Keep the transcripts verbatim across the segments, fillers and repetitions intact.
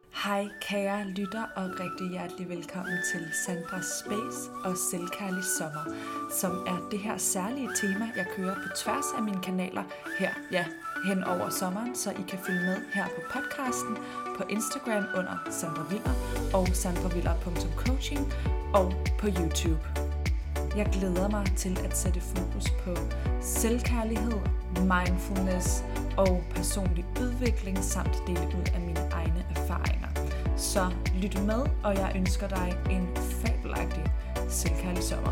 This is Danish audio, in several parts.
Hej kære lytter og rigtig hjertelig velkommen til Sandras Space og Selvkærlig Sommer, som er det her særlige tema, jeg kører på tværs af mine kanaler her, ja, hen over sommeren, så I kan følge med her på podcasten, på Instagram under Sandra Viller og sandraviller punktum coaching og på YouTube. Jeg glæder mig til at sætte fokus på selvkærlighed, mindfulness og personlig udvikling samt dele ud af mine egne erfaringer. Så lyt med, og jeg ønsker dig en fabelagtig selvkærlig sommer.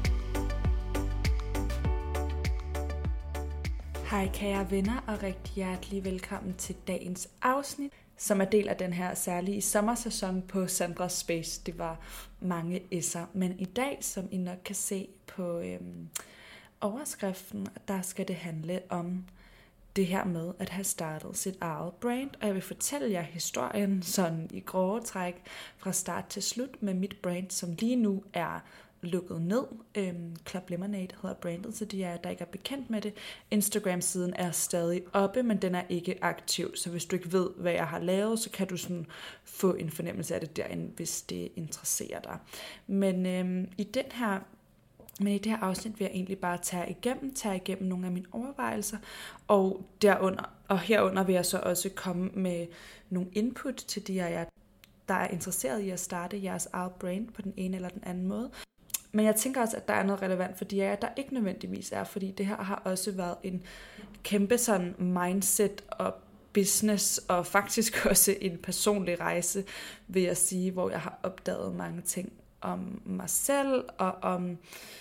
Hej kære venner og rigtig hjertelig velkommen til dagens afsnit, som er del af den her særlige sommersæson på Sandras Space. Det var mange s'er, men i dag, som I nok kan se på øhm, overskriften, der skal det handle om det her med at have startet sit eget brand, og jeg vil fortælle jer historien sådan i grove træk fra start til slut med mit brand, som lige nu er lukket ned. Øhm, Club Lemonade hedder brandet, så de er, der ikke er bekendt med det. Instagram-siden er stadig oppe, men den er ikke aktiv, så hvis du ikke ved, hvad jeg har lavet, så kan du sådan få en fornemmelse af det derinde, hvis det interesserer dig. Men øhm, i den her Men i det her afsnit vil jeg egentlig bare tage igennem, tage igennem nogle af mine overvejelser, og derunder, og herunder vil jeg så også komme med nogle input til de af jer, der er interesseret i at starte jeres eget brand på den ene eller den anden måde. Men jeg tænker også, at der er noget relevant for de af jer, der ikke nødvendigvis er, fordi det her har også været en kæmpe sådan mindset og business, og faktisk også en personlig rejse, vil jeg sige, hvor jeg har opdaget mange ting om mig selv og om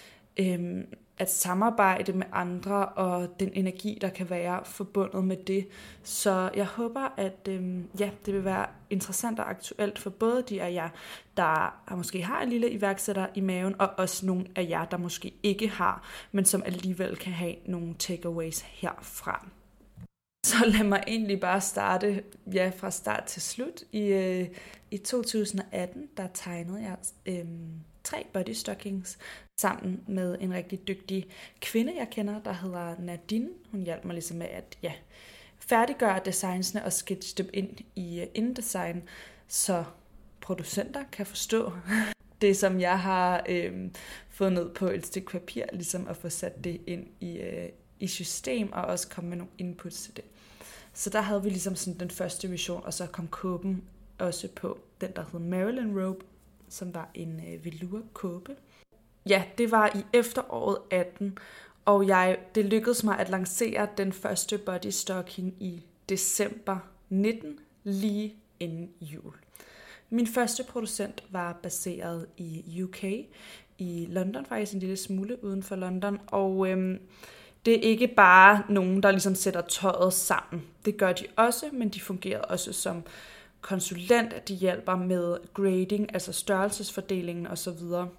Øhm, at samarbejde med andre og den energi, der kan være forbundet med det. Så jeg håber, at øhm, ja, det vil være interessant og aktuelt for både de af jer, der måske har en lille iværksætter i maven, og også nogle af jer, der måske ikke har, men som alligevel kan have nogle takeaways herfra. Så lad mig egentlig bare starte ja, fra start til slut. I, øh, i to tusind atten, der tegnede jeg øh, tre body stockings sammen med en rigtig dygtig kvinde, jeg kender, der hedder Nadine. Hun hjalp mig ligesom med at ja, færdiggøre designsene og sketche dem ind i uh, InDesign, så producenter kan forstå det, som jeg har øh, fået ned på et stykke papir, ligesom at få sat det ind i, øh, i system og også komme med nogle inputs til det. Så der havde vi ligesom sådan den første vision, og så kom kåben også på, den der hed Marilyn Robe, som var en øh, velour-kåbe. Ja, det var i efteråret atten, og jeg, det lykkedes mig at lancere den første body stocking i december nitten, lige inden jul. Min første producent var baseret i U K, i London, faktisk en lille smule uden for London, og øhm, det er ikke bare nogen, der ligesom sætter tøjet sammen. Det gør de også, men de fungerer også som konsulent. De hjælper med grading, altså størrelsesfordelingen osv.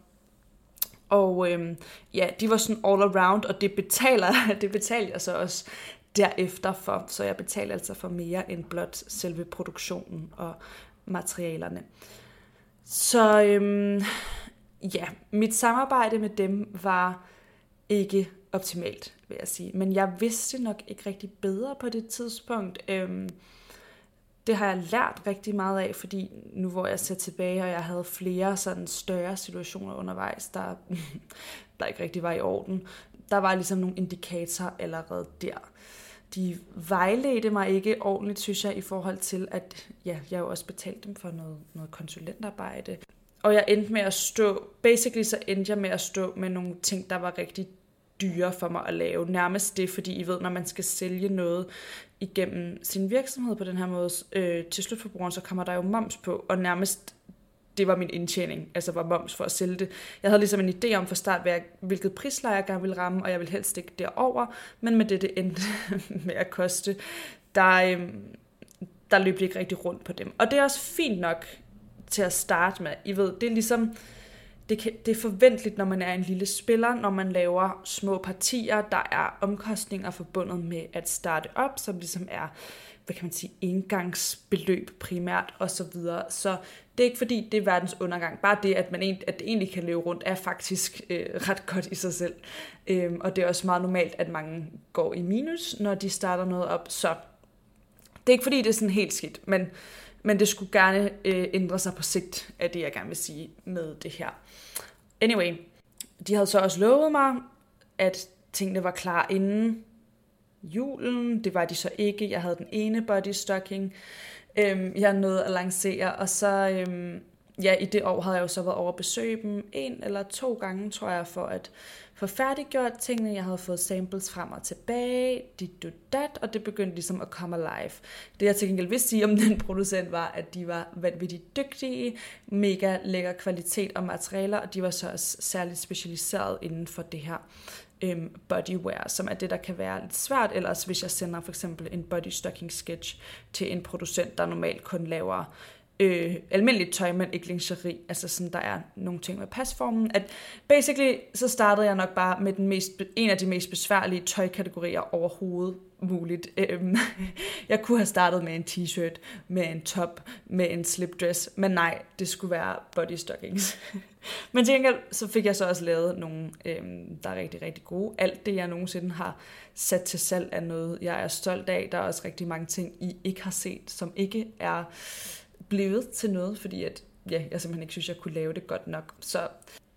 Og øhm, ja, de var sådan all around, og det betaler, det betaler jeg så også derefter for. Så jeg betaler altså for mere end blot selve produktionen og materialerne. Så øhm, ja, mit samarbejde med dem var ikke optimalt, vil jeg sige. Men jeg vidste nok ikke rigtig bedre på det tidspunkt. Øhm, det har jeg lært rigtig meget af, fordi nu hvor jeg ser tilbage, og jeg havde flere sådan større situationer undervejs, der, der ikke rigtig var i orden, der var ligesom nogle indikatorer allerede der. De vejledte mig ikke ordentligt, synes jeg, i forhold til, at ja, jeg jo også betalte dem for noget, noget konsulentarbejde. Og jeg endte med at stå, basically så endte jeg med at stå med nogle ting, der var rigtig dyre for mig at lave. Nærmest det, fordi I ved, når man skal sælge noget igennem sin virksomhed på den her måde, øh, til slutforbrugeren, så kommer der jo moms på, og nærmest det var min indtjening, altså var moms for at sælge det. Jeg havde ligesom en idé om fra start, hvilket prisleje jeg gerne ville ramme, og jeg ville helst ikke derover, men med det, det endte med at koste, der, øh, der løb det ikke rigtig rundt på dem. Og det er også fint nok til at starte med. I ved, det er ligesom Det, kan, det er forventeligt, når man er en lille spiller, når man laver små partier, der er omkostninger forbundet med at starte op, som ligesom er, hvad kan man sige, engangsbeløb primært osv. Så, så det er ikke fordi, det er verdens undergang. Bare det, at, man, at det egentlig kan løbe rundt, er faktisk øh, ret godt i sig selv. Øhm, og det er også meget normalt, at mange går i minus, når de starter noget op. Så det er ikke fordi, det er sådan helt skidt, men Men det skulle gerne øh, ændre sig på sigt, af det jeg gerne vil sige med det her. Anyway, de havde så også lovet mig, at tingene var klar inden julen. Det var de så ikke. Jeg havde den ene body stocking, øhm, jeg nåede at lancere, og så øhm, ja, i det år havde jeg jo så været over at besøge dem en eller to gange, tror jeg, for at få færdiggjort tingene. Jeg havde fået samples frem og tilbage, dit du dat, og det begyndte ligesom at komme alive. Det jeg til gengæld vil sige om den producent var, at de var vanvittigt dygtige, mega lækker kvalitet og materialer, og de var så også særligt specialiseret inden for det her øhm, bodywear, som er det, der kan være lidt svært, ellers hvis jeg sender for eksempel en body stocking sketch til en producent, der normalt kun laver Øh, almindeligt tøj, men ikke lingerie, altså sådan, der er nogle ting med pasformen, at basically, så startede jeg nok bare med den mest, en af de mest besværlige tøjkategorier overhovedet muligt. Øhm, jeg kunne have startet med en t-shirt, med en top, med en slipdress, men nej, det skulle være body stockings. Men til gengæld, så fik jeg så også lavet nogle, øhm, der er rigtig, rigtig gode. Alt det, jeg nogensinde har sat til salg, er noget, jeg er stolt af. Der er også rigtig mange ting, I ikke har set, som ikke er blevet til noget, fordi at, ja, jeg simpelthen ikke synes, jeg kunne lave det godt nok. Så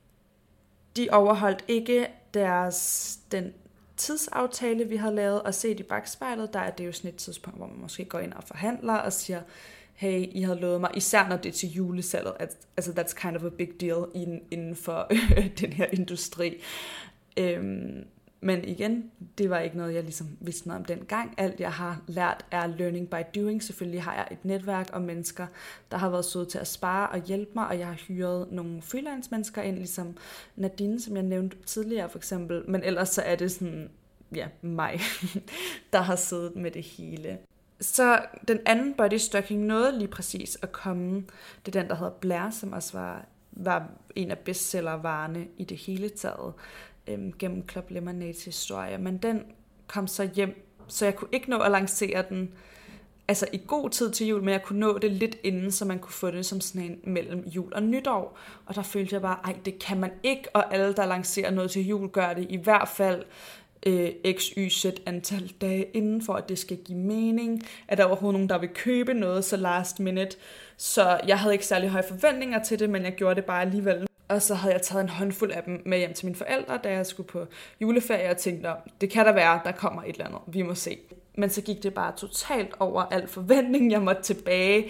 de overholdt ikke deres, den tidsaftale, vi havde lavet, og set i bagspejlet, der er det jo sådan et tidspunkt, hvor man måske går ind og forhandler og siger, hey, I havde lovet mig, især når det er til julesalget, at, altså that's kind of a big deal inden for den her industri. Øhm, Men igen, det var ikke noget, jeg ligesom vidste noget om dengang. Alt, jeg har lært, er learning by doing. Selvfølgelig har jeg et netværk og mennesker, der har været søde til at spare og hjælpe mig, og jeg har hyret nogle freelance-mennesker ind, ligesom Nadine, som jeg nævnte tidligere for eksempel. Men ellers så er det sådan, ja, mig, der har siddet med det hele. Så den anden body stocking nåede lige præcis at komme. Det er den, der hedder Blair, som også var, var en af bestsellervarerne i det hele taget gennem Club Lemonades historie, men den kom så hjem, så jeg kunne ikke nå at lancere den altså i god tid til jul, men jeg kunne nå det lidt inden, så man kunne få det som sådan en mellem jul og nytår, og der følte jeg bare, ej, det kan man ikke, og alle, der lancerer noget til jul, gør det i hvert fald øh, x, y, z antal dage inden, for at det skal give mening, at der overhovedet nogen, der vil købe noget så last minute, så jeg havde ikke særlig høje forventninger til det, men jeg gjorde det bare alligevel. Og så havde jeg taget en håndfuld af dem med hjem til mine forældre, da jeg skulle på juleferie, og tænkte, det kan da være, der kommer et eller andet, vi må se. Men så gik det bare totalt over al forventning. Jeg måtte tilbage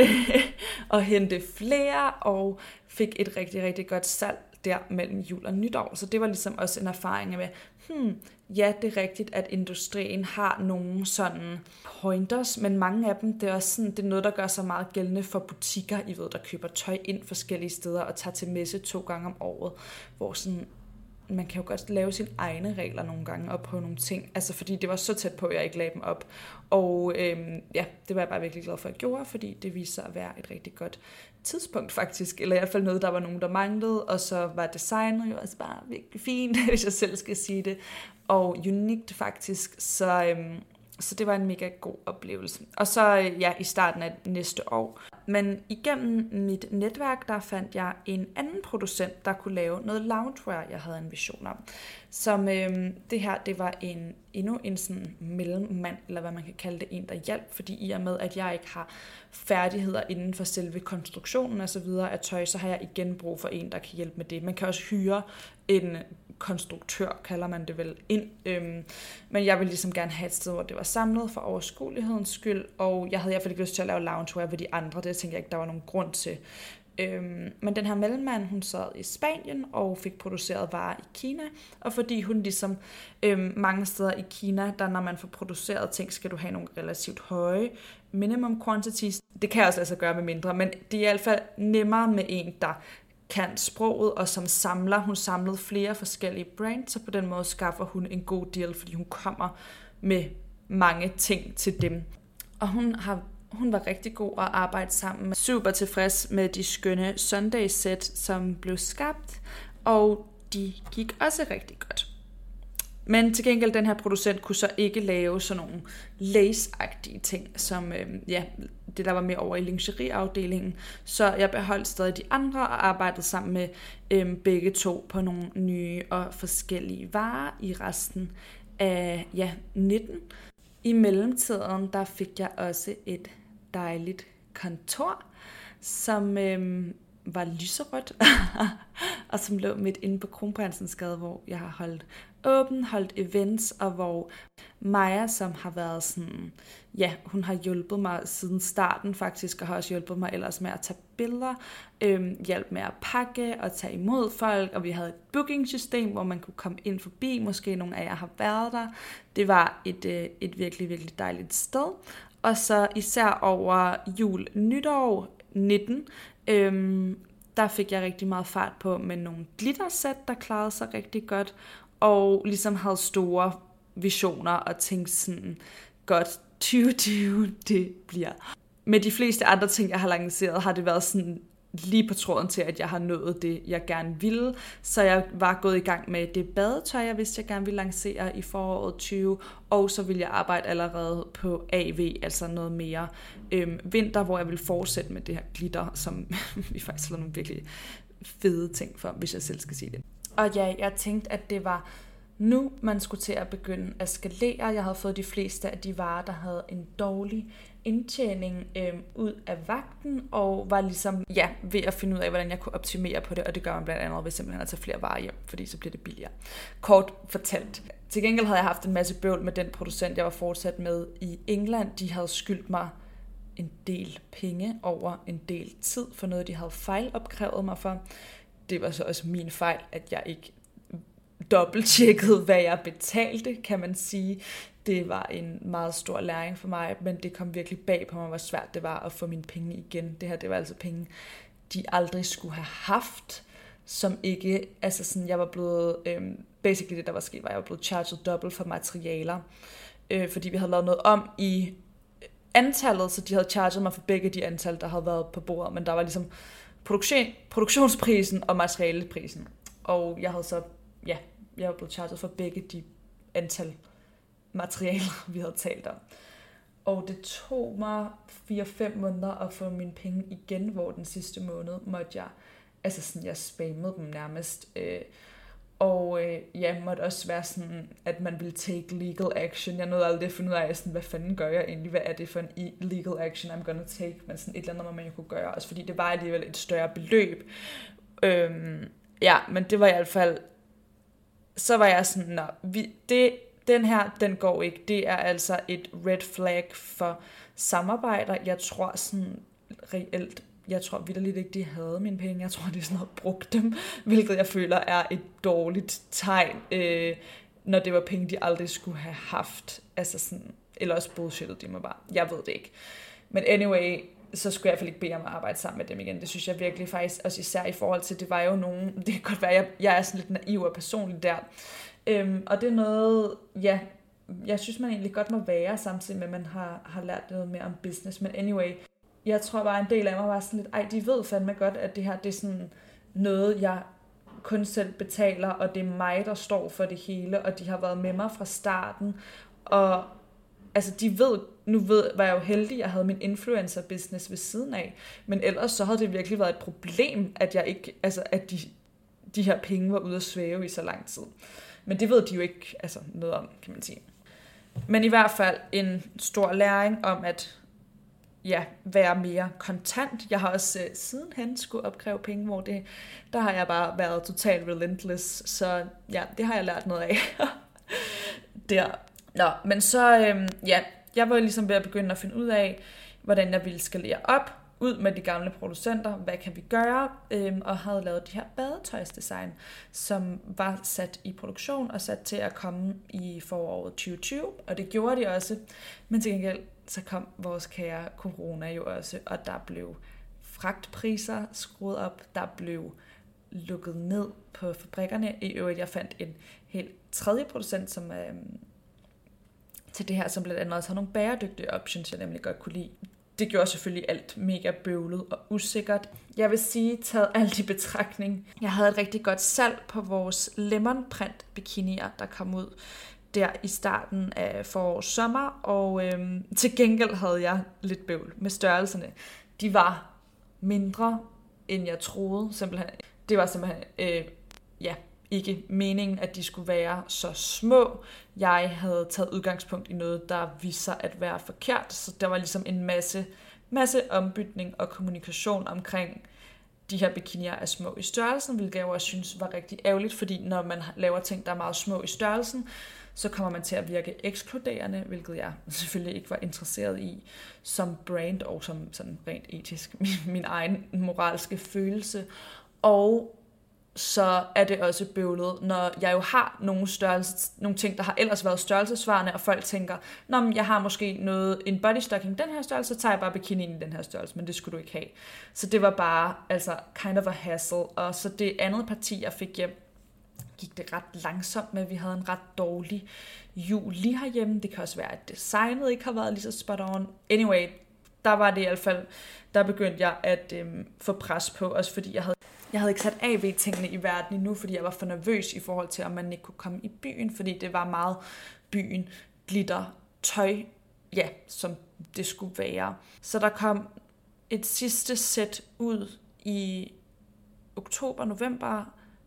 og hente flere, og fik et rigtig, rigtig godt salg der mellem jul og nytår. Så det var ligesom også en erfaring med, hmm, ja, det er rigtigt, at industrien har nogle sådan pointers, men mange af dem, det er også sådan, det er noget, der gør sig meget gældende for butikker, I ved, der køber tøj ind forskellige steder og tager til messe to gange om året, hvor sådan, man kan jo godt lave sine egne regler nogle gange op på nogle ting, altså fordi det var så tæt på, at jeg ikke lagde dem op, og øhm, ja, det var jeg bare virkelig glad for, at jeg gjorde, fordi det viste sig at være et rigtig godt tidspunkt faktisk, eller i hvert fald noget, der var nogen, der manglede, og så var designet jo også bare virkelig fint, hvis jeg selv skal sige det, og unikt faktisk, så, øhm, så det var en mega god oplevelse. Og så ja, i starten af næste år, men igennem mit netværk, der fandt jeg en anden producent, der kunne lave noget loungewear, jeg havde en vision om. Som øhm, det her, det var en endnu en sådan mellemmand, eller hvad man kan kalde det, en der hjalp, fordi i og med, at jeg ikke har færdigheder inden for selve konstruktionen og så videre af tøj, så har jeg igen brug for en, der kan hjælpe med det. Man kan også hyre en konstruktør, kalder man det vel, ind. Øhm, men jeg ville ligesom gerne have et sted, hvor det var samlet for overskuelighedens skyld, og jeg havde i hvert fald ikke lyst til at lave loungewear ved de andre, det tænkte jeg ikke, der var nogen grund til. Øhm, men den her mellemmand, hun sad i Spanien og fik produceret varer i Kina, og fordi hun ligesom øhm, mange steder i Kina, der når man får produceret ting, skal du have nogle relativt høje minimum quantities. Det kan også altså gøre med mindre, men det er i hvert fald nemmere med en, der kan sproget, og som samler. Hun samlede flere forskellige brands, så på den måde skaffer hun en god deal, fordi hun kommer med mange ting til dem. Og hun har Hun var rigtig god at arbejde sammen med. Super tilfreds med de skønne Sunday-sæt, som blev skabt, og de gik også rigtig godt. Men til gengæld, den her producent kunne så ikke lave sådan nogle lace-agtige ting, som øh, ja, det der var mere over i lingerieafdelingen. Så jeg beholdt stadig de andre og arbejdede sammen med øh, begge to på nogle nye og forskellige varer i resten af ja, nitten. I mellemtiden, der fik jeg også et dejligt kontor, som øhm, var lyserødt, og som lå midt inde på Kronprinsens Gade, hvor jeg har holdt åben, holdt events, og hvor Maja, som har været sådan, ja, hun har hjulpet mig siden starten faktisk, og har også hjulpet mig ellers med at tage billeder, øhm, hjælp med at pakke og tage imod folk, og vi havde et booking-system, hvor man kunne komme ind forbi, måske nogle af jer har været der. Det var et, øh, et virkelig, virkelig dejligt sted. Og så især over jul nytår nitten, øhm, der fik jeg rigtig meget fart på med nogle glittersæt, der klarede sig rigtig godt, og ligesom havde store visioner og tænkte sådan, godt tyve tyve, det bliver. Med de fleste andre ting, jeg har lanceret, har det været sådan lige på tråden til, at jeg har nået det, jeg gerne ville. Så jeg var gået i gang med det badetøj, jeg vidste, jeg gerne ville lancere i foråret tyve, og så ville jeg arbejde allerede på A V, altså noget mere øhm, vinter, hvor jeg ville fortsætte med det her glitter, som vi faktisk har nogle virkelig fede ting for, hvis jeg selv skal sige det. Og ja, jeg tænkte, at det var nu, man skulle til at begynde at skalere. Jeg havde fået de fleste af de varer, der havde en dårlig indtjening øhm, ud af vagten, og var ligesom ja, ved at finde ud af, hvordan jeg kunne optimere på det, og det gør man blandt andet ved simpelthen at tage flere varer hjem, fordi så bliver det billigere. Kort fortalt. Til gengæld havde jeg haft en masse bøvl med den producent, jeg var fortsat med i England. De havde skyldt mig en del penge over en del tid for noget, de havde fejlopkrævet mig for. Det var så også min fejl, at jeg ikke dobbelttjekkede, hvad jeg betalte, kan man sige. Det var en meget stor læring for mig, men det kom virkelig bag på mig, hvor svært det var at få mine penge igen. Det her, det var altså penge, de aldrig skulle have haft, som ikke, altså sådan, jeg var blevet, øhm, basically det der var sket, var, jeg var blevet charged dobbelt for materialer, øh, fordi vi havde lavet noget om i antallet, så de havde charget mig for begge de antal, der havde været på bordet, men der var ligesom produktion, produktionsprisen og materialeprisen, og jeg havde så, ja, jeg var blevet charget for begge de antal materialer, vi havde talt om. Og det tog mig fire fem måneder at få mine penge igen, hvor den sidste måned måtte jeg, altså sådan, jeg spammede dem nærmest. Øh, og øh, ja, måtte også være sådan, at man ville take legal action. Jeg nåede aldrig at finde ud af, sådan, hvad fanden gør jeg egentlig? Hvad er det for en legal action, I'm gonna take? Men sådan et eller andet, man jo kunne gøre, også fordi det var alligevel et større beløb. Øhm, ja, men det var i hvert fald, så var jeg sådan, nå, vi, det, den her, den går ikke. Det er altså et red flag for samarbejder. Jeg tror sådan reelt, jeg tror vitterligt ikke, de havde mine penge. Jeg tror, de sådan havde brugt dem, hvilket jeg føler er et dårligt tegn, øh, når det var penge, de aldrig skulle have haft. Altså sådan, eller også bullshittet de mig bare. Jeg ved det ikke. Men anyway, så skulle jeg i hvert fald ikke bede om at arbejde sammen med dem igen. Det synes jeg virkelig faktisk, også især i forhold til, det var jo nogen, det kan godt være, jeg, jeg er sådan lidt naiv og personlig der. Øhm, og det er noget, ja, jeg synes man egentlig godt må være, samtidig med at man har, har lært noget mere om business. Men anyway, jeg tror bare en del af mig var sådan lidt, ej, de ved fandme godt, at det her, det er sådan noget, jeg kun selv betaler, og det er mig, der står for det hele, og de har været med mig fra starten, og altså de ved, nu ved, var jeg jo heldig, jeg havde min influencer business ved siden af, men ellers så havde det virkelig været et problem, at jeg ikke, altså at de, de her penge var ude at svæve i så lang tid. Men det ved de jo ikke altså noget om, kan man sige. Men i hvert fald en stor læring om at ja, være mere kontant. Jeg har også uh, sidenhen skulle opkræve penge, hvor det, der har jeg bare været totalt relentless, så ja, det har jeg lært noget af. Der. Nå, men så, øhm, ja, jeg var ligesom ved at begynde at finde ud af, hvordan jeg ville skalere op, ud med de gamle producenter, hvad kan vi gøre, øhm, og havde lavet de her badetøjsdesign, som var sat i produktion og sat til at komme i foråret tyve tyve, og det gjorde de også, men til gengæld så kom vores kære corona jo også, og der blev fragtpriser skruet op, der blev lukket ned på fabrikkerne. I øvrigt, jeg fandt en helt tredje producent, som øhm, til det her, som blandt andet også har nogle bæredygtige options, jeg nemlig godt kunne lide. Det gjorde selvfølgelig alt mega bøvlet og usikkert. Jeg vil sige, taget alt i betragtning. Jeg havde et rigtig godt salg på vores lemon print bikinier, der kom ud der i starten af forårs sommer, og øhm, til gengæld havde jeg lidt bøvl med størrelserne. De var mindre, end jeg troede, simpelthen. Det var simpelthen, øh, ja, ikke meningen, at de skulle være så små. Jeg havde taget udgangspunkt i noget, der viste sig at være forkert, så der var ligesom en masse masse ombytning og kommunikation omkring de her bikinier er små i størrelsen, hvilket jeg også synes var rigtig ærgerligt, fordi når man laver ting, der er meget små i størrelsen, så kommer man til at virke ekskluderende, hvilket jeg selvfølgelig ikke var interesseret i som brand og som sådan rent etisk, min, min egen moralske følelse. Og så er det også bøvlet, når jeg jo har nogle, størrelse, nogle ting, der har ellers været størrelsesvarende, og folk tænker, nå, men jeg har måske noget, en bodystocking den her størrelse, så tager jeg bare bikinien i den her størrelse, men det skulle du ikke have. Så det var bare, altså, kind of a hassle. Og så det andet parti, jeg fik hjem, gik det ret langsomt med. Vi havde en ret dårlig jul lige herhjemme. Det kan også være, at designet ikke har været lige så spot on. Anyway, der var det i hvert fald, der begyndte jeg at øhm, få pres på, også fordi jeg havde Jeg havde ikke sat A V-tingene i verden endnu, fordi jeg var for nervøs i forhold til, om man ikke kunne komme i byen, fordi det var meget byen, glitter, tøj, ja, som det skulle være. Så der kom et sidste sæt ud i oktober, november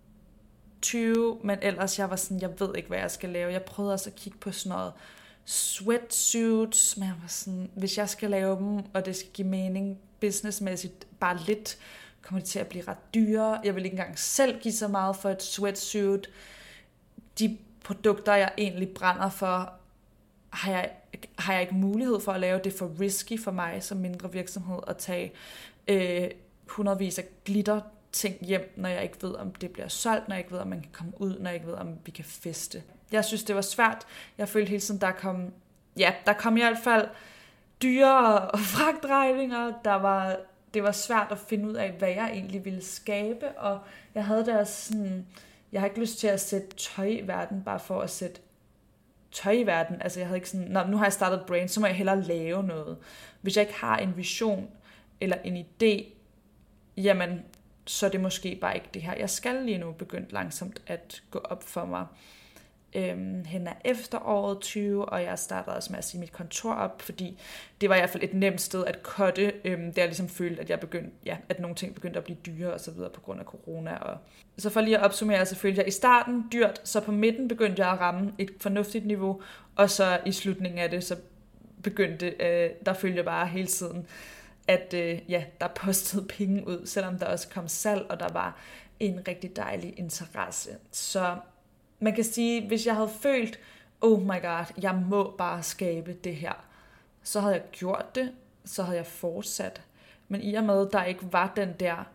tyve, men ellers jeg var sådan, jeg ved ikke, hvad jeg skal lave. Jeg prøvede også at kigge på sådan noget sweatsuits, men jeg var sådan, hvis jeg skal lave dem, og det skal give mening businessmæssigt, bare lidt, kommer det til at blive ret dyre. Jeg vil ikke engang selv give så meget for et sweatsuit. De produkter, jeg egentlig brænder for, har jeg, har jeg ikke mulighed for at lave. Det er for risky for mig som mindre virksomhed at tage øh, hundredvis af glitter ting hjem, når jeg ikke ved, om det bliver solgt, når jeg ikke ved, om man kan komme ud, når jeg ikke ved, om vi kan feste. Jeg synes, det var svært. Jeg følte hele tiden, der kom, ja, der kom i hvert fald dyre fragtregninger. Der var, det var svært at finde ud af, hvad jeg egentlig ville skabe, og jeg havde der sådan, jeg har ikke lyst til at sætte tøj i verden, bare for at sætte tøj i verden. Altså jeg havde ikke sådan, Nå, nu har jeg startet et brand, så må jeg hellere lave noget. Hvis jeg ikke har en vision eller en idé, jamen, så er det måske bare ikke det her. Jeg skal lige nu begyndt langsomt at gå op for mig øhm, hen af efteråret tyve, og jeg startede også med at sige mit kontor op, fordi det var i hvert fald et nemt sted at cutte, øhm, der jeg ligesom følte, at jeg begyndte, ja, at nogle ting begyndte at blive dyre og så videre på grund af corona. Og så for lige at opsummere, så følte jeg i starten dyrt, så på midten begyndte jeg at ramme et fornuftigt niveau, og så i slutningen af det, så begyndte, øh, der følte jeg bare hele tiden, at øh, ja, der postede penge ud, selvom der også kom salg, og der var en rigtig dejlig interesse. Så man kan sige, hvis jeg havde følt, oh my god, jeg må bare skabe det her, så havde jeg gjort det, så havde jeg fortsat. Men i og med, der ikke var den der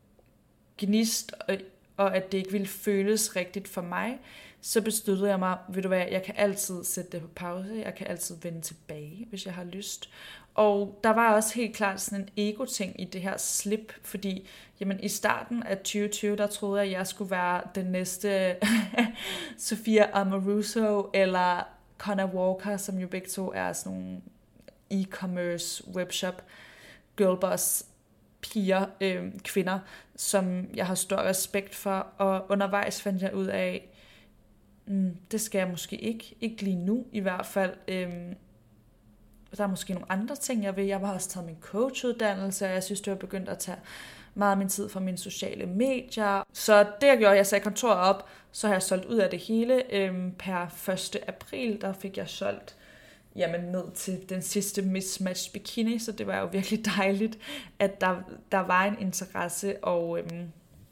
gnist, og, og at det ikke ville føles rigtigt for mig, så besluttede jeg mig, ved du hvad, jeg kan altid sætte det på pause, jeg kan altid vende tilbage, hvis jeg har lyst. Og der var også helt klart sådan en ego-ting i det her slip, fordi jamen, i starten af tyve tyve, der troede jeg, at jeg skulle være den næste Sophia Amoruso eller Connor Walker, som jo begge to er sådan nogle e-commerce webshop girlboss piger, øh, kvinder, som jeg har stor respekt for, og undervejs fandt jeg ud af, mm, det skal jeg måske ikke, ikke lige nu i hvert fald. Øh, Der er måske nogle andre ting, jeg vil. Jeg har også taget min coachuddannelse, og jeg synes, det var begyndt at tage meget af min tid fra mine sociale medier. Så det, jeg gjorde, jeg sagde kontoret op, så har jeg solgt ud af det hele. Øhm, per første april, der fik jeg solgt jamen, ned til den sidste mismatched bikini, så det var jo virkelig dejligt, at der, der var en interesse og, øhm,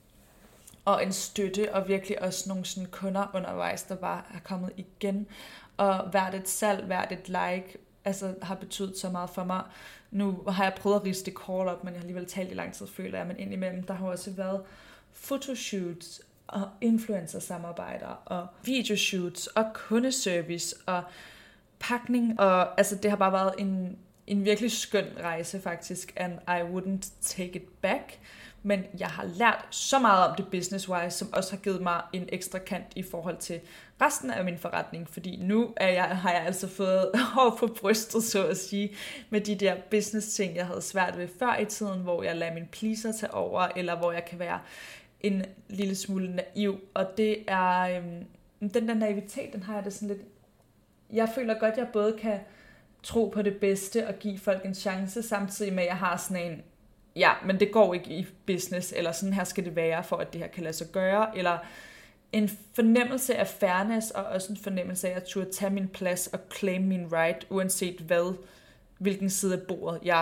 og en støtte, og virkelig også nogle sådan kunder undervejs, der bare er kommet igen. Og hvert et salg, hvert et like, altså har betydet så meget for mig. Nu har jeg prøvet at ridse det kort op, men jeg har alligevel talt i lang tid, føler jeg. Men indimellem, der har også været fotoshoots og influencer-samarbejder og videoshoots og kundeservice og pakning. Og altså, det har bare været en, en virkelig skøn rejse faktisk, and I wouldn't take it back. Men jeg har lært så meget om det business-wise, som også har givet mig en ekstra kant i forhold til resten af min forretning, fordi nu er jeg, har jeg altså fået hår på brystet, så at sige, med de der business-ting, jeg havde svært ved før i tiden, hvor jeg lader min pleaser tage over, eller hvor jeg kan være en lille smule naiv, og det er, øhm, den der naivitet, den har jeg det sådan lidt, jeg føler godt, jeg både kan tro på det bedste og give folk en chance, samtidig med, at jeg har sådan en, ja, men det går ikke i business, eller sådan her skal det være, for at det her kan lade sig gøre, eller en fornemmelse af fairness, og også en fornemmelse af at turde tage min plads og claim min right, uanset hvad, hvilken side af bordet jeg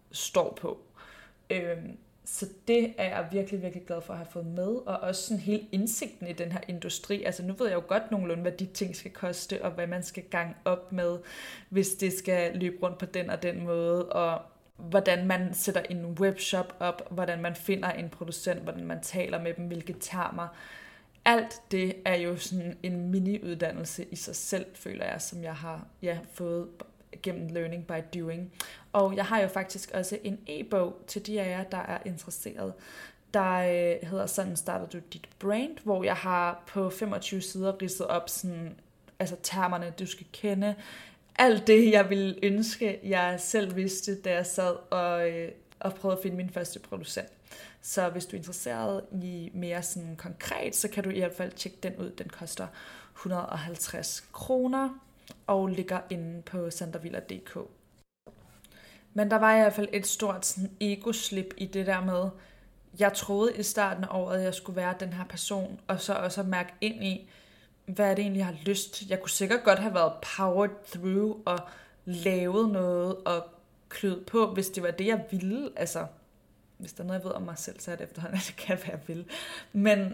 står på. Øhm, så det er jeg virkelig, virkelig glad for at have fået med, og også sådan hele indsigten i den her industri. Altså nu ved jeg jo godt nogenlunde, hvad de ting skal koste, og hvad man skal gange op med, hvis det skal løbe rundt på den og den måde, og hvordan man sætter en webshop op, hvordan man finder en producent, hvordan man taler med dem, hvilke termer. Alt det er jo sådan en mini-uddannelse i sig selv, føler jeg, som jeg har ja, fået gennem learning by doing. Og jeg har jo faktisk også en e-bog til de af jer, der er interesseret, der øh, hedder Sådan starter du dit brand, hvor jeg har på femogtyve sider ridset op sådan, altså termerne, du skal kende. Alt det, jeg ville ønske, jeg selv vidste, da jeg sad og, øh, og prøvede at finde min første producent. Så hvis du er interesseret i mere sådan konkret, så kan du i hvert fald tjekke den ud. Den koster et hundrede og halvtreds kroner og ligger inde på sanderviller punktum d k. Men der var i hvert fald et stort sådan ego-slip i det der med, jeg troede i starten af året, at jeg skulle være den her person, og så også at mærke ind i, hvad er det egentlig, jeg har lyst. Jeg kunne sikkert godt have været powered through og lavet noget og kløet på, hvis det var det, jeg ville. Altså, hvis der er noget, jeg ved om mig selv, så er det efterhånden, at det kan være, jeg vil. Men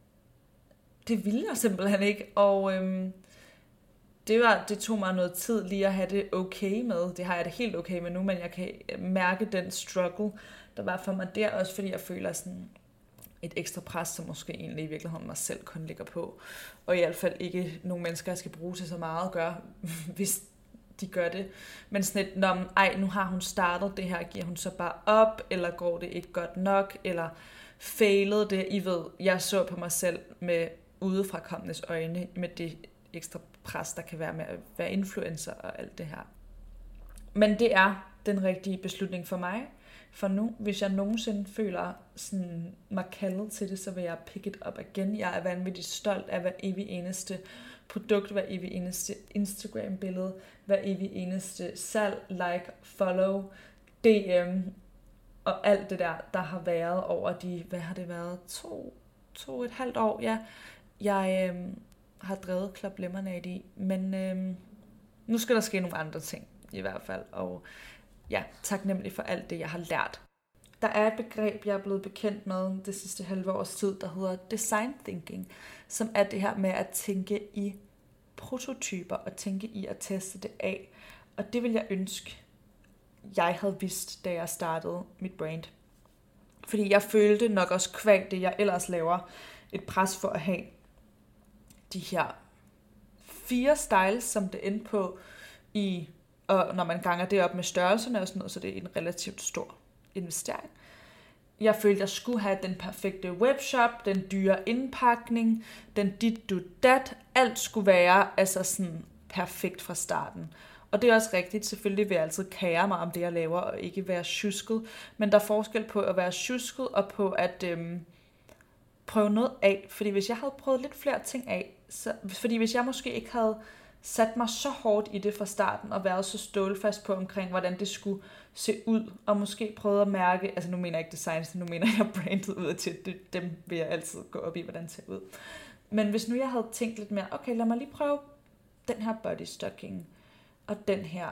det ville jeg simpelthen ikke, og øhm, det, var, det tog mig noget tid lige at have det okay med. Det har jeg det helt okay med nu, men jeg kan mærke den struggle, der var for mig der, også fordi jeg føler sådan et ekstra pres, som måske egentlig i virkeligheden mig selv kun ligger på. Og i hvert fald ikke nogen mennesker, jeg skal bruge til så meget at gøre, hvis de gør det. Men sådan et, når, ej, nu har hun startet det her, giver hun så bare op, eller går det ikke godt nok, eller failede det. I ved, jeg så på mig selv med udefrakommendes øjne, med det ekstra pres, der kan være med at være influencer og alt det her. Men det er den rigtige beslutning for mig. For nu, hvis jeg nogensinde føler sådan, mig kaldet til det, så vil jeg pick it up igen. Jeg er vanvittigt stolt af hver evig eneste produkt, hver evig eneste Instagram-billede, hver evig eneste salg, like, follow, D M og alt det der, der har været over de, hvad har det været, to, to og et halvt år, ja. Jeg øhm, har drevet Club Lemonade i, men øhm, nu skal der ske nogle andre ting i hvert fald, og ja, taknemmelig for alt det, jeg har lært. Der er et begreb, jeg er blevet bekendt med det sidste halve års tid, der hedder design thinking, som er det her med at tænke i prototyper og tænke i at teste det af. Og det vil jeg ønske, jeg havde vidst, da jeg startede mit brand. Fordi jeg følte nok også kvæg det, jeg ellers laver, et pres for at have de her fire styles, som det endte på i, og når man ganger det op med størrelserne og sådan noget, så det er en relativt stor investering. Jeg følte, jeg skulle have den perfekte webshop, den dyre indpakning, den dit, du, dat. Alt skulle være altså sådan perfekt fra starten. Og det er også rigtigt. Selvfølgelig vil jeg altid kære mig om det, jeg laver, og ikke være tjusket. Men der er forskel på at være tjusket og på at øhm, prøve noget af. Fordi hvis jeg havde prøvet lidt flere ting af, så, fordi hvis jeg måske ikke havde sat mig så hårdt i det fra starten, og været så stålfast på omkring, hvordan det skulle se ud, og måske prøve at mærke, altså nu mener jeg ikke design, nu mener jeg brandet ud til, det, dem vil jeg altid gå op i, hvordan det ser ud. Men hvis nu jeg havde tænkt lidt mere, okay, lad mig lige prøve den her bodystocking, og den her,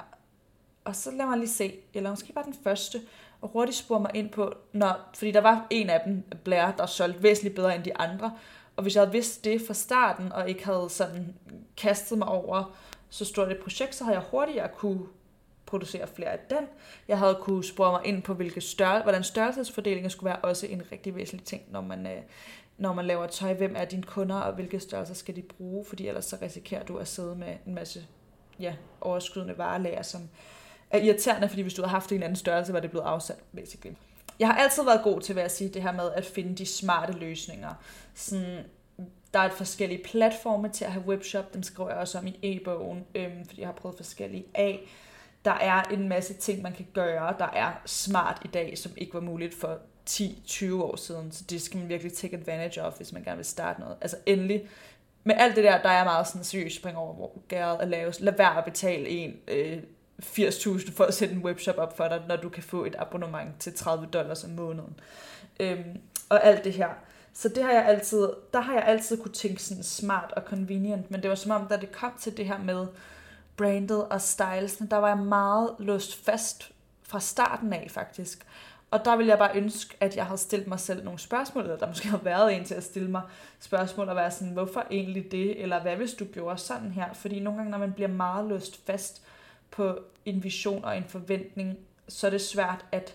og så lad mig lige se, eller måske bare den første, og hurtigt spore mig ind på, når, fordi der var en af dem, Blair, der solgte væsentligt bedre end de andre, og hvis jeg havde vidst det fra starten, og ikke havde sådan kastet mig over så stort et projekt, så havde jeg hurtigere kunne producere flere af den. Jeg havde kunne spore mig ind på, hvilke større, hvordan størrelsesfordelingen skulle være også en rigtig væsentlig ting, når man, øh, når man laver tøj. Hvem er dine kunder, og hvilke størrelser skal de bruge? Fordi ellers så risikerer du at sidde med en masse ja, overskydende varelager, som er irriterende, fordi hvis du havde haft en anden størrelse, var det blevet afsat, basically. Jeg har altid været god til, hvad jeg siger, det her med at finde de smarte løsninger. Sådan, der er et forskellige platforme til at have webshop, dem skriver jeg også om i e-bogen, øhm, fordi jeg har prøvet forskellige af. Der er en masse ting, man kan gøre, der er smart i dag, som ikke var muligt for ti til tyve år siden, så det skal man virkelig take advantage of, hvis man gerne vil starte noget. Altså endelig, med alt det der, der er meget sådan seriøst spring over, hvor gæret er laves. Lad være at betale en øh, firs tusind for at sætte en webshop op for dig, når du kan få et abonnement til tredive dollars om måneden. Øhm, og alt det her. Så det har jeg altid, der har jeg altid kunne tænke sådan smart og convenient, men det var som om, da det kom til det her med brandet og stylesene, der var jeg meget låst fast fra starten af faktisk. Og der ville jeg bare ønske, at jeg havde stillet mig selv nogle spørgsmål, eller der måske havde været en til at stille mig spørgsmål, og være sådan, hvorfor egentlig det, eller hvad hvis du gjorde sådan her? Fordi nogle gange, når man bliver meget låst fast på en vision og en forventning, så er det svært at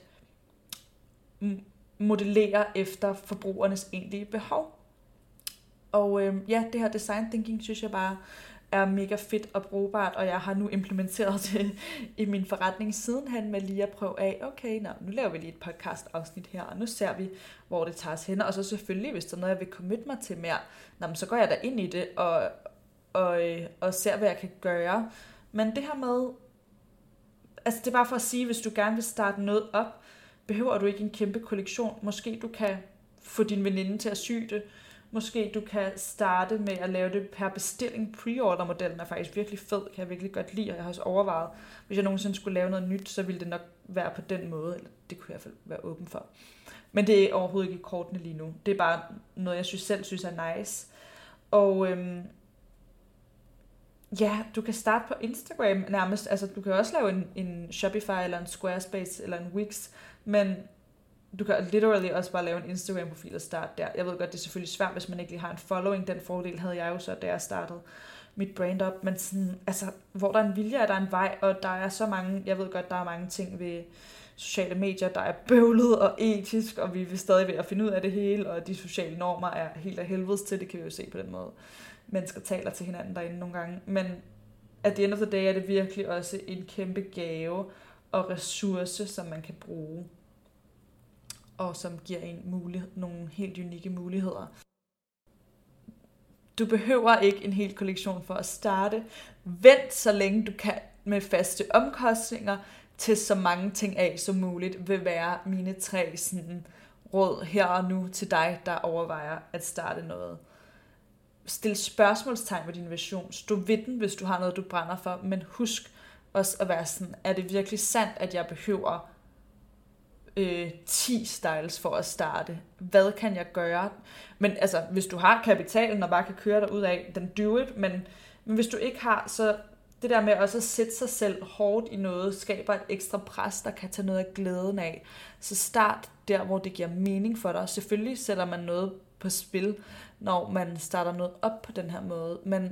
modellere efter forbrugernes egentlige behov. Og øh, ja, det her design thinking, synes jeg bare er mega fedt og brugbart, og jeg har nu implementeret det i min forretning sidenhen med lige at prøve af, okay, nå, nu laver vi lige et podcast afsnit her, og nu ser vi, hvor det tager os hen, og så selvfølgelig, hvis der er noget, jeg vil committe mig til mere, nå, så går jeg da ind i det, og, og, og ser, hvad jeg kan gøre. Men det her med, altså det er bare for at sige, hvis du gerne vil starte noget op, behøver du ikke en kæmpe kollektion. Måske du kan få din veninde til at sy det. Måske du kan starte med at lave det per bestilling. Pre-order-modellen er faktisk virkelig fed, kan jeg virkelig godt lide, og jeg har også overvejet, hvis jeg nogensinde skulle lave noget nyt, så ville det nok være på den måde, eller det kunne jeg i hvert fald være åben for. Men det er overhovedet ikke i kortene lige nu. Det er bare noget, jeg synes, selv synes er nice. Og øhm, ja, du kan starte på Instagram nærmest. Altså, du kan også lave en, en Shopify, eller en Squarespace, eller en Wix, men du kan literally også bare lave en Instagram-profil og starte der. Jeg ved godt, det er selvfølgelig svært, hvis man ikke lige har en following. Den fordel havde jeg jo så, da jeg startede mit brand op. Men sådan, altså, hvor der er en vilje, er der en vej, og der er så mange, jeg ved godt, der er mange ting ved sociale medier, der er bøvlet og etisk, og vi er stadig ved at finde ud af det hele, og de sociale normer er helt af helvedes til, det kan vi jo se på den måde. Mennesker taler til hinanden derinde nogle gange. Men at the end of the day er det virkelig også en kæmpe gave og ressource, som man kan bruge, og som giver en mulighed, nogle helt unikke muligheder. Du behøver ikke en hel kollektion for at starte. Vent så længe du kan med faste omkostninger, til så mange ting af som muligt, vil være mine tre sådan, råd her og nu til dig, der overvejer at starte noget. Stil spørgsmålstegn ved din vision. Stå ved den, hvis du har noget, du brænder for, men husk også at være sådan, er det virkelig sandt, at jeg behøver øh, ti styles for at starte? Hvad kan jeg gøre? Men altså, hvis du har kapitalen og bare kan køre dig ud af, then do it, men, men hvis du ikke har, så det der med også at sætte sig selv hårdt i noget, skaber et ekstra pres, der kan tage noget af glæden af. Så start der, hvor det giver mening for dig. Selvfølgelig sætter man noget på spil, når man starter noget op på den her måde, men,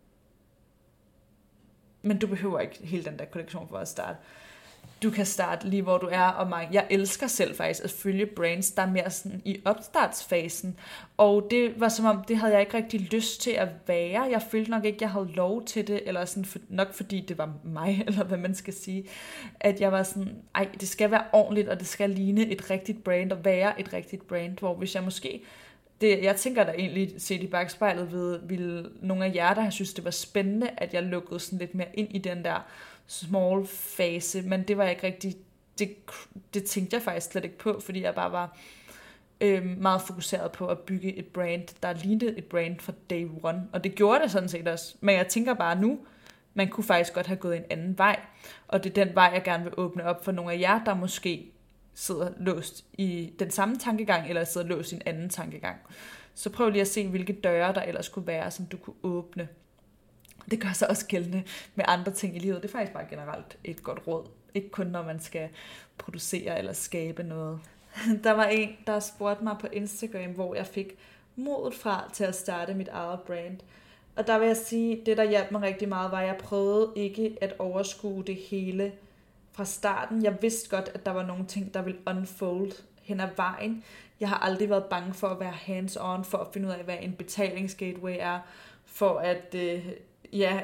men du behøver ikke hele den der kollektion for at starte. Du kan starte lige, hvor du er, og mig. Jeg elsker selv faktisk at følge brands, der er mere sådan i opstartsfasen, og det var som om, det havde jeg ikke rigtig lyst til at være. Jeg følte nok ikke, jeg havde lov til det, eller sådan for, nok fordi det var mig, eller hvad man skal sige, at jeg var sådan, ej, det skal være ordentligt, og det skal ligne et rigtigt brand, og være et rigtigt brand, hvor hvis jeg måske, det, jeg tænker da egentlig, set i bagspejlet ved, ville nogle af jer, der har synes, det var spændende, at jeg lukkede sådan lidt mere ind i den der small fase, men det var ikke rigtig, det, det tænkte jeg faktisk slet ikke på, fordi jeg bare var øh, meget fokuseret på at bygge et brand, der lignede et brand fra day one, og det gjorde det sådan set også, men jeg tænker bare nu, man kunne faktisk godt have gået en anden vej, og det er den vej, jeg gerne vil åbne op for nogle af jer, der måske sidder låst i den samme tankegang, eller sidder låst i en anden tankegang. Så prøv lige at se, hvilke døre der ellers kunne være, som du kunne åbne. Det gør sig også gældende med andre ting i livet. Det er faktisk bare generelt et godt råd. Ikke kun når man skal producere eller skabe noget. Der var en, der spurgte mig på Instagram, hvor jeg fik modet fra til at starte mit eget brand. Og der vil jeg sige, det der hjalp mig rigtig meget, var, at jeg prøvede ikke at overskue det hele fra starten. Jeg vidste godt, at der var nogle ting, der ville unfold hen ad vejen. Jeg har aldrig været bange for at være hands-on, for at finde ud af, hvad en betalingsgateway er, for at øh, ja,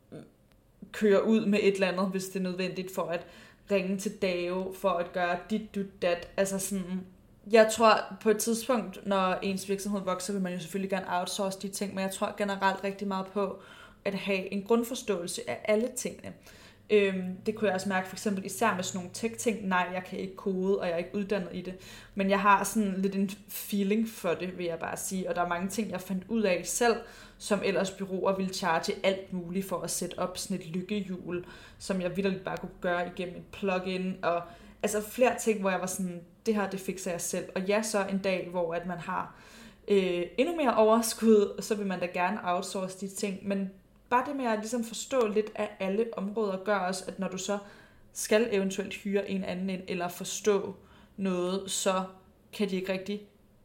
køre ud med et eller andet, hvis det er nødvendigt, for at ringe til Dao, for at gøre dit, du, dat. Altså sådan, jeg tror på et tidspunkt, når ens virksomhed vokser, vil man jo selvfølgelig gerne outsource de ting, men jeg tror generelt rigtig meget på at have en grundforståelse af alle tingene. Øhm, det kunne jeg også mærke for eksempel især med sådan nogle tech-ting. Nej, jeg kan ikke kode, og jeg er ikke uddannet i det. Men jeg har sådan lidt en feeling for det, vil jeg bare sige. Og der er mange ting, jeg fandt ud af selv, som ellers bureauer ville charge alt muligt for at sætte op sådan et lykkehjul, som jeg vitterligt bare kunne gøre igennem et plugin. Og altså flere ting, hvor jeg var sådan, det her, det fikser jeg selv. Og ja, så en dag, hvor at man har øh, endnu mere overskud, så vil man da gerne outsource de ting. Men bare det med at ligesom forstå lidt af alle områder, gør også, at når du så skal eventuelt hyre en anden ind, eller forstå noget, så kan de ikke rigtig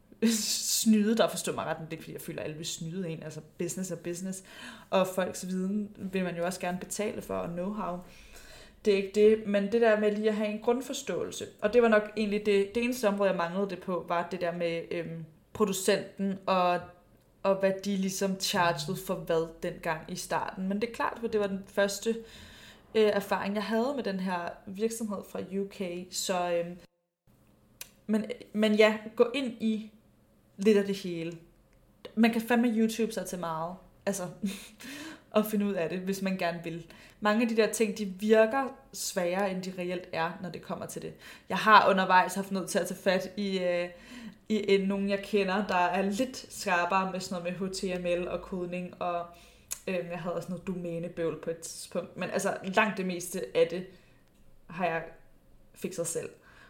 snyde dig, forstå mig ret, det er ikke fordi jeg føler, at alle vil snyde en, altså business er business, og folks viden vil man jo også gerne betale for, og know-how. Det er ikke det, men det der med lige at have en grundforståelse, og det var nok egentlig det, det eneste område, jeg manglede det på, var det der med øhm, producenten, og, og hvad de ligesom chargede for hvad dengang i starten. Men det er klart, for det var den første øh, erfaring, jeg havde med den her virksomhed fra U K, så øhm, men, men ja, gå ind i lidt af det hele. Man kan fandme YouTube sig til meget, altså, og finde ud af det, hvis man gerne vil. Mange af de der ting, de virker sværere, end de reelt er, når det kommer til det. Jeg har undervejs haft nødt til at tage fat i, øh, i en, nogen, jeg kender, der er lidt skarpere med sådan noget med H T M L og kodning, og øh, jeg havde også noget domænebøvl på et tidspunkt. Men altså, langt det meste af det har jeg fikset selv.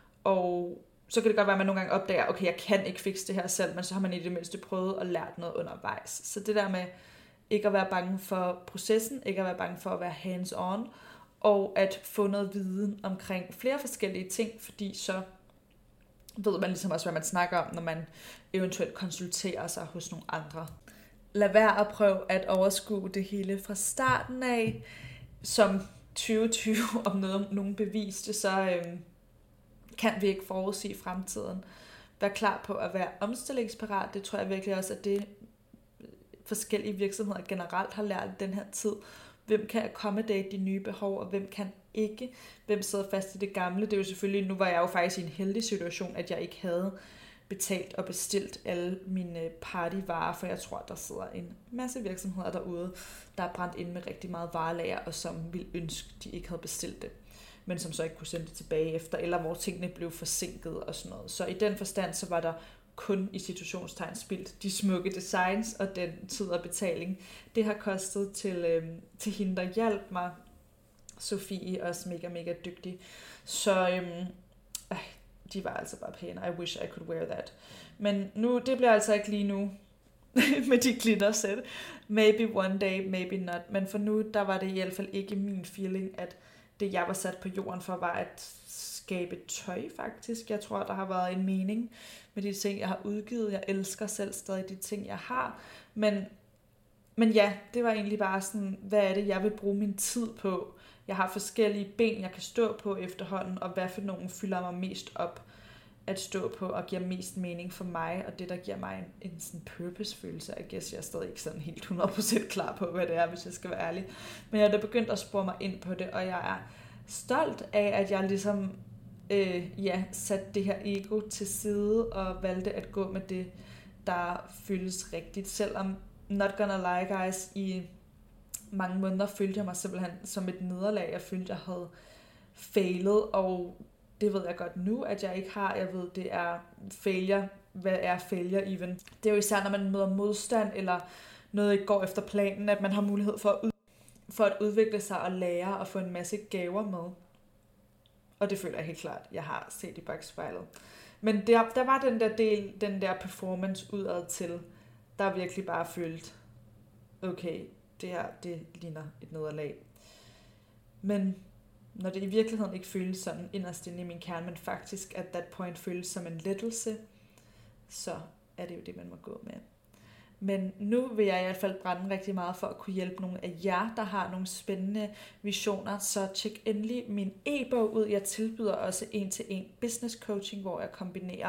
Og så kan det godt være, at man nogle gange opdager, okay, jeg kan ikke fikse det her selv, men så har man i det mindste prøvet og lært noget undervejs. Så det der med ikke at være bange for processen, ikke at være bange for at være hands-on, og at få noget viden omkring flere forskellige ting, fordi så ved man ligesom også, hvad man snakker om, når man eventuelt konsulterer sig hos nogle andre. Lad være at prøve at overskue det hele fra starten af, som tyve tyve om noget, nogen beviste, så øhm, kan vi ikke forudsige fremtiden. Vær klar på at være omstillingsparat. Det tror jeg virkelig også, at det forskellige virksomheder generelt har lært i den her tid. Hvem kan accommodate de nye behov, og hvem kan ikke? Hvem sidder fast i det gamle? Det er jo selvfølgelig, nu var jeg jo faktisk i en heldig situation, at jeg ikke havde betalt og bestilt alle mine partyvarer, for jeg tror, der sidder en masse virksomheder derude, der er brændt ind med rigtig meget varelager, og som ville ønske, de ikke havde bestilt det, men som så ikke kunne sende det tilbage efter, eller hvor tingene blev forsinket og sådan noget. Så i den forstand, så var der kun i situationstegn spildt de smukke designs og den tid og betaling. Det har kostet til, øhm, til hende, der hjalp mig. Sofie, også mega, mega dygtig. Så øhm, øh, de var altså bare pæne. I wish I could wear that. Men nu, det bliver altså ikke lige nu med de glittersæt. Maybe one day, maybe not. Men for nu, der var det i hvert fald ikke min feeling, at det, jeg var sat på jorden for, var at skabe tøj, faktisk. Jeg tror, der har været en mening med de ting, jeg har udgivet. Jeg elsker selv stadig de ting, jeg har. Men, men ja, det var egentlig bare sådan, hvad er det, jeg vil bruge min tid på? Jeg har forskellige ben, jeg kan stå på efterhånden, og hvad for nogen fylder mig mest op at stå på, og giver mest mening for mig, og det, der giver mig en, en sådan purpose-følelse. Jeg gætter, jeg er stadig ikke sådan helt hundrede procent klar på, hvad det er, hvis jeg skal være ærlig. Men jeg er da begyndt at spore mig ind på det, og jeg er stolt af, at jeg ligesom øh, ja, satte det her ego til side, og valgte at gå med det, der føles rigtigt. Selvom, not gonna lie guys, i mange måneder følte jeg mig simpelthen som et nederlag. Jeg følte, jeg havde failet, og det ved jeg godt nu, at jeg ikke har. Jeg ved, det er failure. Hvad er failure even? Det er jo især, når man møder modstand, eller noget ikke går efter planen, at man har mulighed for at, ud- for at udvikle sig og lære og få en masse gaver med. Og det føler jeg helt klart, jeg har set i bagspejlet. Men der, der var den der del, den der performance udad til, der virkelig bare følte, okay, det her, det ligner et nederlag. Men når det i virkeligheden ikke føles sådan inderst inde i min kerne, men faktisk at that point føles som en lettelse, så er det jo det, man må gå med. Men nu vil jeg i hvert fald brænde rigtig meget for at kunne hjælpe nogle af jer, der har nogle spændende visioner. Så tjek endelig min e-bog ud. Jeg tilbyder også en-til-en business coaching, hvor jeg kombinerer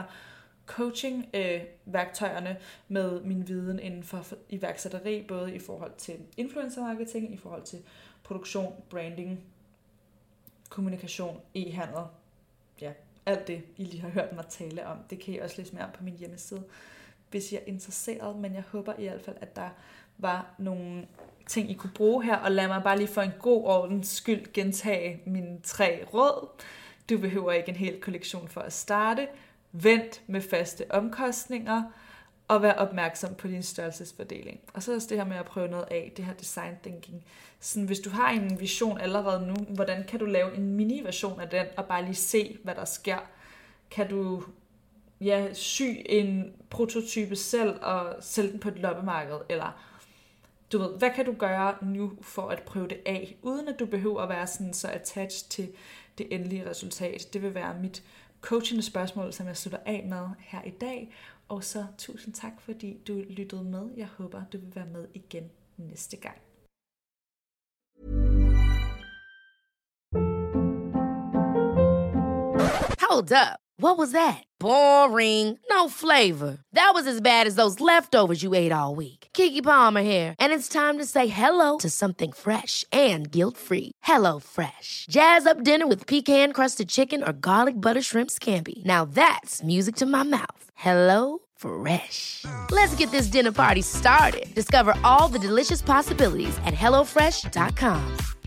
coaching-værktøjerne øh, med min viden inden for iværksætteri, både i forhold til influencer marketing, i forhold til produktion, branding, kommunikation, e-handel. Ja, alt det, I lige har hørt mig tale om, det kan I også læse mere om på min hjemmeside, hvis I er interesseret, men jeg håber i hvert fald, at der var nogle ting, I kunne bruge her, og lad mig bare lige for en god ordens skyld gentage mine tre råd. Du behøver ikke en hel kollektion for at starte. Vent med faste omkostninger, og vær opmærksom på din størrelsesfordeling. Og så også det her med at prøve noget af, det her design thinking. Sådan, hvis du har en vision allerede nu, hvordan kan du lave en mini-version af den, og bare lige se, hvad der sker? Kan du ja, sy en prototype selv og sælge den på et loppemarked, eller du ved, hvad kan du gøre nu for at prøve det af, uden at du behøver at være sådan så attached til det endelige resultat. Det vil være mit coachende spørgsmål, som jeg slutter af med her i dag. Og så tusind tak, fordi du lyttede med. Jeg håber, du vil være med igen næste gang. Hold up. What was that? Boring. No flavor. That was as bad as those leftovers you ate all week. Keke Palmer here, and it's time to say hello to something fresh and guilt-free. Hello Fresh. Jazz up dinner with pecan-crusted chicken or garlic butter shrimp scampi. Now that's music to my mouth. Hello Fresh. Let's get this dinner party started. Discover all the delicious possibilities at hello fresh dot com.